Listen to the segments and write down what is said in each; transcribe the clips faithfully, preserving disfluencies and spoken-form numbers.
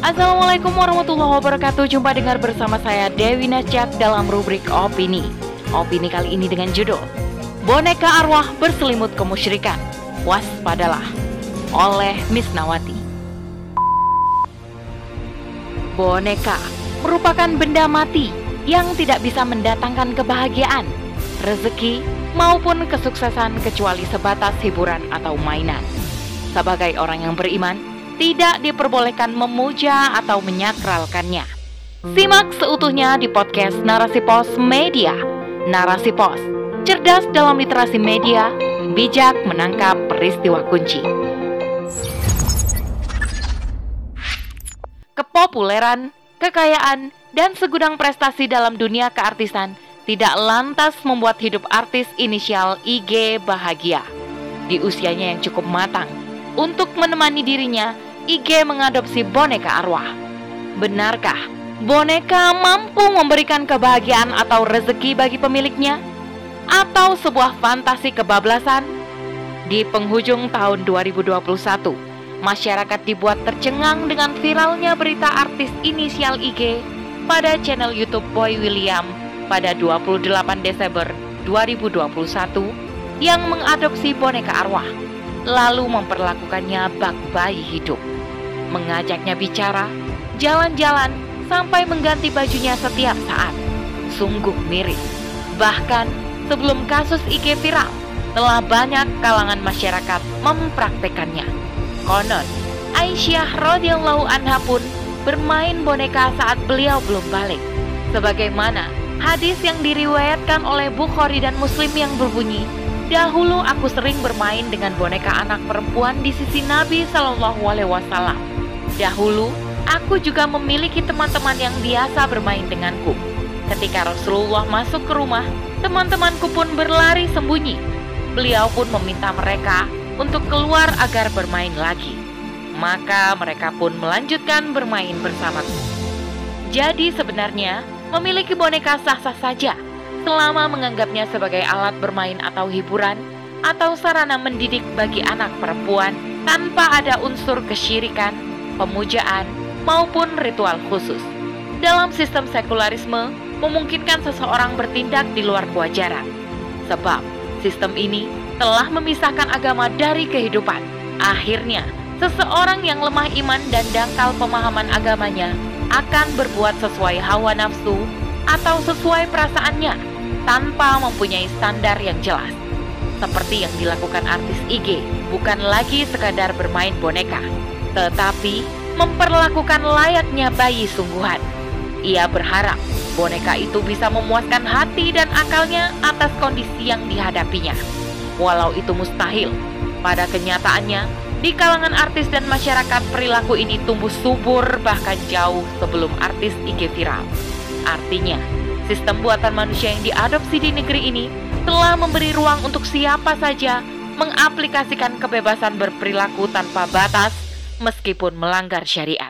Assalamualaikum warahmatullahi wabarakatuh. Jumpa dengar bersama saya Dewi Nasjak dalam rubrik Opini. Opini kali ini dengan judul Boneka Arwah Berselimut Kemusyrikan, Waspadalah, oleh Misnawati. Boneka merupakan benda mati yang tidak bisa mendatangkan kebahagiaan, rezeki, maupun kesuksesan kecuali sebatas hiburan atau mainan. Sebagai orang yang beriman, tidak diperbolehkan memuja atau menyakralkannya. Simak seutuhnya di podcast Narasi Pos Media. Narasi Pos, cerdas dalam literasi media, bijak menangkap peristiwa kunci. Kepopuleran, kekayaan, dan segudang prestasi dalam dunia keartisan tidak lantas membuat hidup artis inisial I G bahagia. Di usianya yang cukup matang, untuk menemani dirinya, I G mengadopsi boneka arwah. Benarkah boneka mampu memberikan kebahagiaan atau rezeki bagi pemiliknya? Atau sebuah fantasi kebablasan? Di penghujung tahun dua ribu dua puluh satu, masyarakat dibuat tercengang dengan viralnya berita artis inisial I G pada channel YouTube Boy William pada dua puluh delapan Desember dua ribu dua puluh satu yang mengadopsi boneka arwah, lalu memperlakukannya bak bayi hidup, mengajaknya bicara, jalan-jalan, sampai mengganti bajunya setiap saat. Sungguh miris. Bahkan sebelum kasus I G viral, telah banyak kalangan masyarakat mempraktekannya. Konon, Aisyah radhiyallahu anha pun bermain boneka saat beliau belum balik. Sebagaimana hadis yang diriwayatkan oleh Bukhari dan Muslim yang berbunyi, dahulu aku sering bermain dengan boneka anak perempuan di sisi Nabi Shallallahu Alaihi Wasallam. Dahulu aku juga memiliki teman-teman yang biasa bermain denganku. Ketika Rasulullah masuk ke rumah, teman-temanku pun berlari sembunyi. Beliau pun meminta mereka untuk keluar agar bermain lagi. Maka mereka pun melanjutkan bermain bersamaku. Jadi sebenarnya memiliki boneka sah-sah saja selama menganggapnya sebagai alat bermain atau hiburan atau sarana mendidik bagi anak perempuan tanpa ada unsur kesyirikan, pemujaan, maupun ritual khusus. Dalam sistem sekularisme, memungkinkan seseorang bertindak di luar kewajaran. Sebab sistem ini telah memisahkan agama dari kehidupan. Akhirnya, seseorang yang lemah iman dan dangkal pemahaman agamanya akan berbuat sesuai hawa nafsu atau sesuai perasaannya, tanpa mempunyai standar yang jelas. Seperti yang dilakukan artis I G, bukan lagi sekadar bermain boneka, tetapi memperlakukan layaknya bayi sungguhan. Ia berharap boneka itu bisa memuaskan hati dan akalnya atas kondisi yang dihadapinya. Walau itu mustahil, pada kenyataannya, di kalangan artis dan masyarakat perilaku ini tumbuh subur bahkan jauh sebelum artis I G viral. Artinya, sistem buatan manusia yang diadopsi di negeri ini telah memberi ruang untuk siapa saja mengaplikasikan kebebasan berperilaku tanpa batas meskipun melanggar syariat.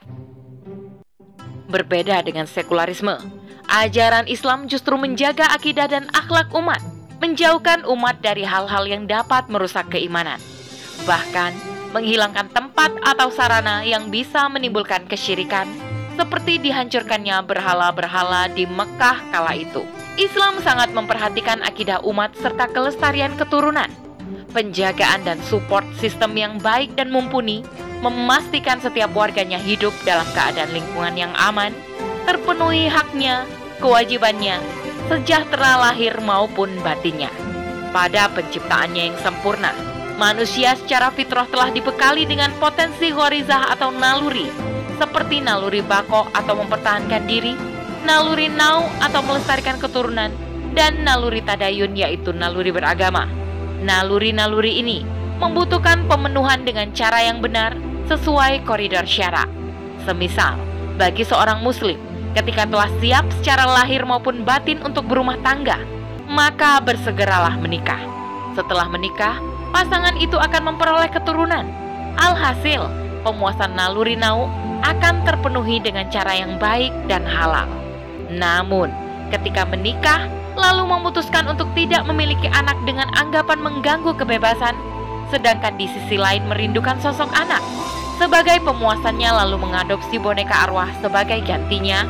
Berbeda dengan sekularisme, ajaran Islam justru menjaga akidah dan akhlak umat, menjauhkan umat dari hal-hal yang dapat merusak keimanan, bahkan menghilangkan tempat atau sarana yang bisa menimbulkan kesyirikan, seperti dihancurkannya berhala-berhala di Mekah kala itu. Islam sangat memperhatikan akidah umat serta kelestarian keturunan. Penjagaan dan support sistem yang baik dan mumpuni memastikan setiap warganya hidup dalam keadaan lingkungan yang aman, terpenuhi haknya, kewajibannya, sejahtera lahir maupun batinnya. Pada penciptaannya yang sempurna, manusia secara fitrah telah dibekali dengan potensi ghorizah atau naluri, seperti naluri bako atau mempertahankan diri, naluri nau atau melestarikan keturunan, dan naluri tadayun yaitu naluri beragama. Naluri-naluri ini membutuhkan pemenuhan dengan cara yang benar sesuai koridor syara. Semisal, bagi seorang muslim, ketika telah siap secara lahir maupun batin untuk berumah tangga, maka bersegeralah menikah. Setelah menikah, pasangan itu akan memperoleh keturunan. Alhasil, pemuasan naluri nau akan terpenuhi dengan cara yang baik dan halal. Namun, ketika menikah, lalu memutuskan untuk tidak memiliki anak dengan anggapan mengganggu kebebasan, sedangkan di sisi lain merindukan sosok anak, sebagai pemuasannya lalu mengadopsi boneka arwah sebagai gantinya,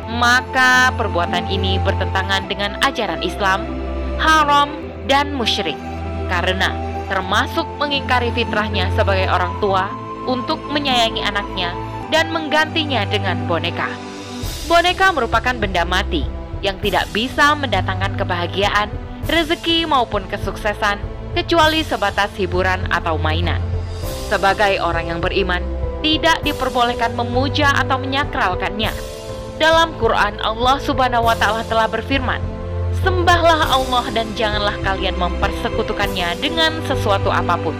maka perbuatan ini bertentangan dengan ajaran Islam, haram dan musyrik, karena termasuk mengingkari fitrahnya sebagai orang tua untuk menyayangi anaknya dan menggantinya dengan boneka. Boneka merupakan benda mati yang tidak bisa mendatangkan kebahagiaan, rezeki maupun kesuksesan kecuali sebatas hiburan atau mainan. Sebagai orang yang beriman, tidak diperbolehkan memuja atau menyakralkannya. Dalam Quran, Allah Subhanahu wa Ta'ala telah berfirman, "Sembahlah Allah dan janganlah kalian mempersekutukannya dengan sesuatu apapun."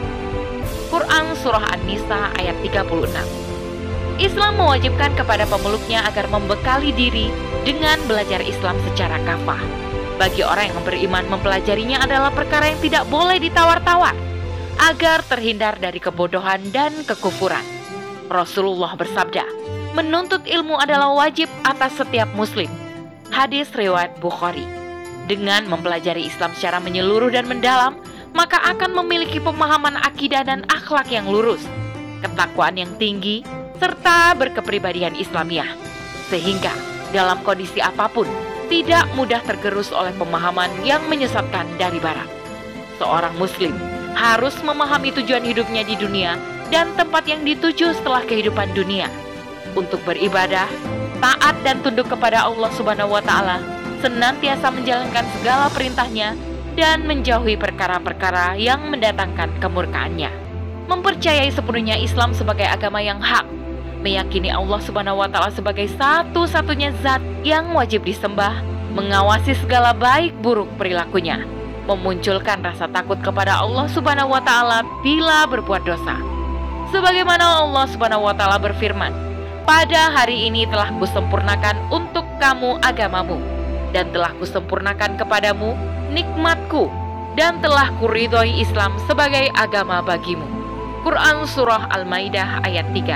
Quran Surah An-Nisa ayat tiga puluh enam. Islam mewajibkan kepada pemeluknya agar membekali diri dengan belajar Islam secara kafah. Bagi orang yang beriman, mempelajarinya adalah perkara yang tidak boleh ditawar-tawar, agar terhindar dari kebodohan dan kekufuran. Rasulullah bersabda, menuntut ilmu adalah wajib atas setiap muslim. Hadis riwayat Bukhari. Dengan mempelajari Islam secara menyeluruh dan mendalam, maka akan memiliki pemahaman akidah dan akhlak yang lurus, ketakwaan yang tinggi, serta berkepribadian Islamiah, sehingga dalam kondisi apapun tidak mudah tergerus oleh pemahaman yang menyesatkan dari barat. Seorang muslim harus memahami tujuan hidupnya di dunia dan tempat yang dituju setelah kehidupan dunia, untuk beribadah, taat dan tunduk kepada Allah Subhanahu wa Ta'ala, senantiasa menjalankan segala perintahnya dan menjauhi perkara-perkara yang mendatangkan kemurkaannya. Mempercayai sepenuhnya Islam sebagai agama yang hak, meyakini Allah Subhanahu wa Ta'ala sebagai satu-satunya zat yang wajib disembah, mengawasi segala baik buruk perilakunya, memunculkan rasa takut kepada Allah Subhanahu wa Ta'ala bila berbuat dosa. Sebagaimana Allah Subhanahu wa Ta'ala berfirman, "Pada hari ini telah kusempurnakan untuk kamu agamamu, dan telah kusempurnakan kepadamu nikmatku, dan telah kuridhoi Islam sebagai agama bagimu." Quran Surah Al-Maidah ayat tiga.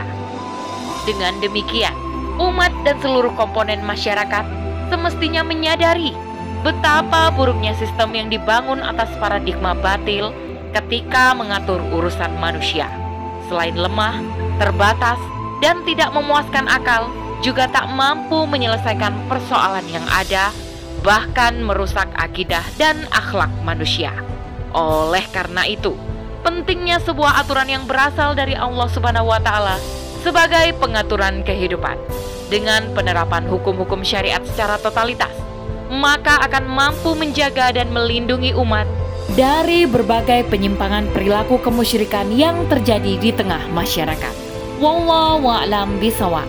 Dengan demikian, umat dan seluruh komponen masyarakat semestinya menyadari betapa buruknya sistem yang dibangun atas paradigma batil ketika mengatur urusan manusia. Selain lemah, terbatas, dan tidak memuaskan akal, juga tak mampu menyelesaikan persoalan yang ada, bahkan merusak akidah dan akhlak manusia. Oleh karena itu, pentingnya sebuah aturan yang berasal dari Allah Subhanahu wa Ta'ala sebagai pengaturan kehidupan. Dengan penerapan hukum-hukum syariat secara totalitas, maka akan mampu menjaga dan melindungi umat dari berbagai penyimpangan perilaku kemusyrikan yang terjadi di tengah masyarakat. Wallahu a'lam bishawab.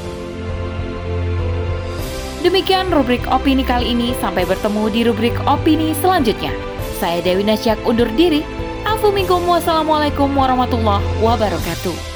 Demikian rubrik opini kali ini, sampai bertemu di rubrik opini selanjutnya. Saya Dewi Nasyak undur diri. Afu minkum, wassalamualaikum warahmatullahi wabarakatuh.